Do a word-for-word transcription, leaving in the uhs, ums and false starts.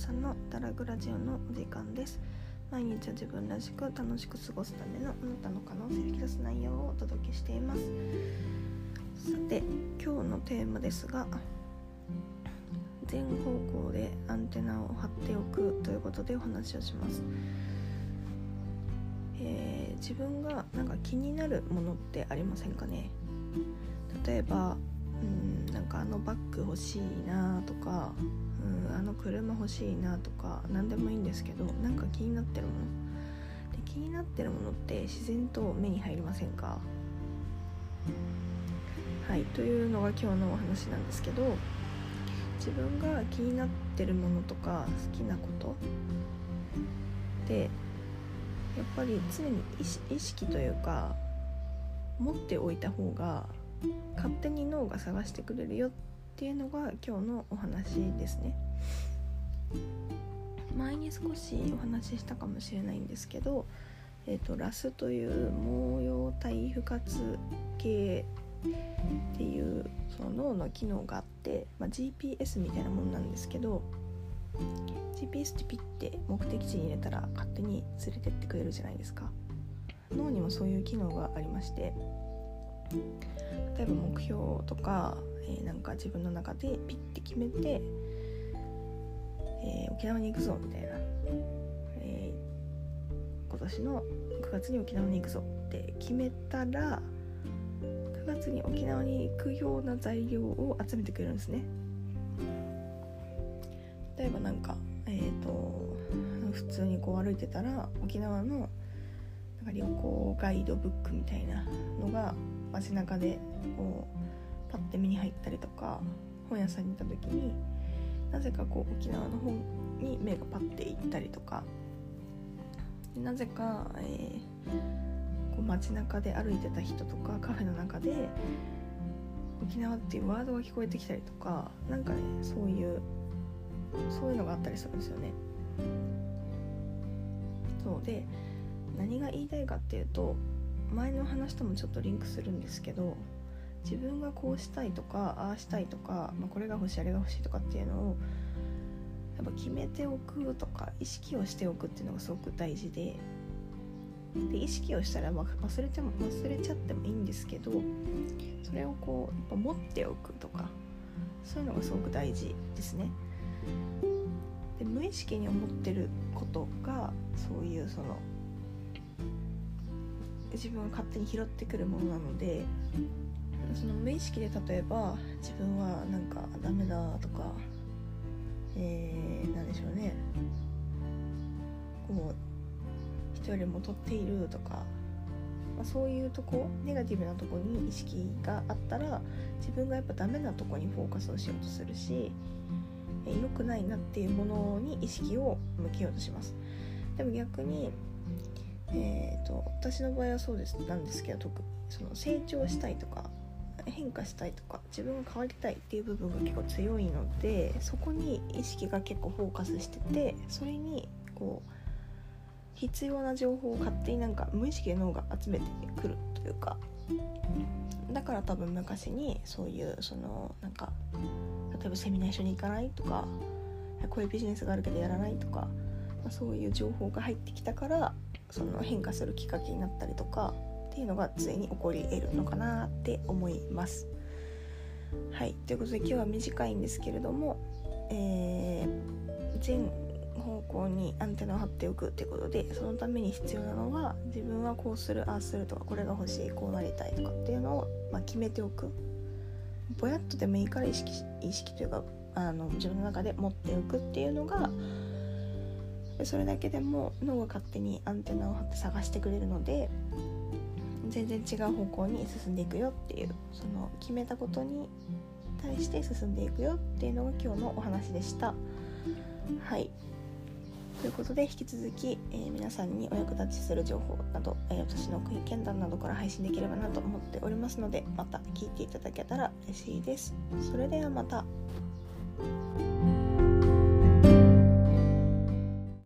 さんのダラグラジオのお時間です。毎日は自分らしく楽しく過ごすためのあなたの可能性を引き出す内容をお届けしています。さて、今日のテーマですが、全方向でアンテナを張っておくということでお話をします。えー、自分がなんか気になるものってありませんかね。例えばうんなんかあのバッグ欲しいなとか、うん、あの車欲しいなとか、何でもいいんですけど、なんか気になってるもので気になってるものって自然と目に入りませんか？はい、というのが今日のお話なんですけど、自分が気になってるものとか好きなことでやっぱり常に意識というか持っておいた方が勝手に脳が探してくれるよっていうのが今日のお話ですね。前に少しお話ししたかもしれないんですけど、えーと、ラスという毛様体不活系っていうその脳の機能があって、まあ、ジーピーエス みたいなものなんですけど、 ジーピーエス ってピッて目的地に入れたら勝手に連れてってくれるじゃないですか。脳にもそういう機能がありまして、例えば目標とか、えー、なんか自分の中でピッて決めて、えー、沖縄に行くぞみたいな、えー、今年のくがつに沖縄に行くぞって決めたらくがつに沖縄に行くような材料を集めてくれるんですね。例えばなんか、えーと、普通にこう歩いてたら沖縄のなんか旅行ガイドブックみたいなのが街中でこうパッて目に入ったりとか、本屋さんに行った時になぜかこう沖縄の本に目がパッて行ったりとか、なぜか、えー、こう街中で歩いてた人とかカフェの中で沖縄っていうワードが聞こえてきたりとか、なんかねそういうそういうのがあったりするんですよね。そうで、何が言いたいかっていうと、前の話ともちょっとリンクするんですけど、自分がこうしたいとかああしたいとか、まあ、これが欲しいあれが欲しいとかっていうのをやっぱ決めておくとか意識をしておくっていうのがすごく大事で、で意識をしたら忘れても忘れちゃってもいいんですけど、それをこうやっぱ持っておくとか、そういうのがすごく大事ですね。で無意識に思ってることがそういうその自分が勝手に拾ってくるものなので、その無意識で例えば自分はなんかダメだとか、えー、なんでしょうね、こう人よりも劣っているとか、まあ、そういうとこネガティブなとこに意識があったら自分がやっぱダメなとこにフォーカスをしようとするし、えー、良くないなっていうものに意識を向けようとします。でも逆にえー、と私の場合はそうですなんですけど、特にその成長したいとか変化したいとか自分が変わりたいっていう部分が結構強いので、そこに意識が結構フォーカスしてて、それにこう必要な情報を勝手になんか無意識で脳が集めてくるというか、だから多分昔にそういうそのなんか例えばセミナー一緒に行かないとか、こういうビジネスがあるけどやらないとか、まあ、そういう情報が入ってきたからその変化するきっかけになったりとかっていうのがついに起こり得るのかなって思います。はい、ということで今日は短いんですけれども、えー、全方向にアンテナを張っておくっていうことで、そのために必要なのは自分はこうするああするとか、これが欲しいこうなりたいとかっていうのを、まあ、決めておく。ぼやっとでもいいから意識、意識というかあの自分の中で持っておくっていうのが、それだけでも脳が勝手にアンテナを張って探してくれるので、全然違う方向に進んでいくよっていう、その決めたことに対して進んでいくよっていうのが今日のお話でした。はい、ということで引き続き、えー、皆さんにお役立ちする情報など、えー、私の経験談などから配信できればなと思っておりますので、また聞いていただけたら嬉しいです。それではまた。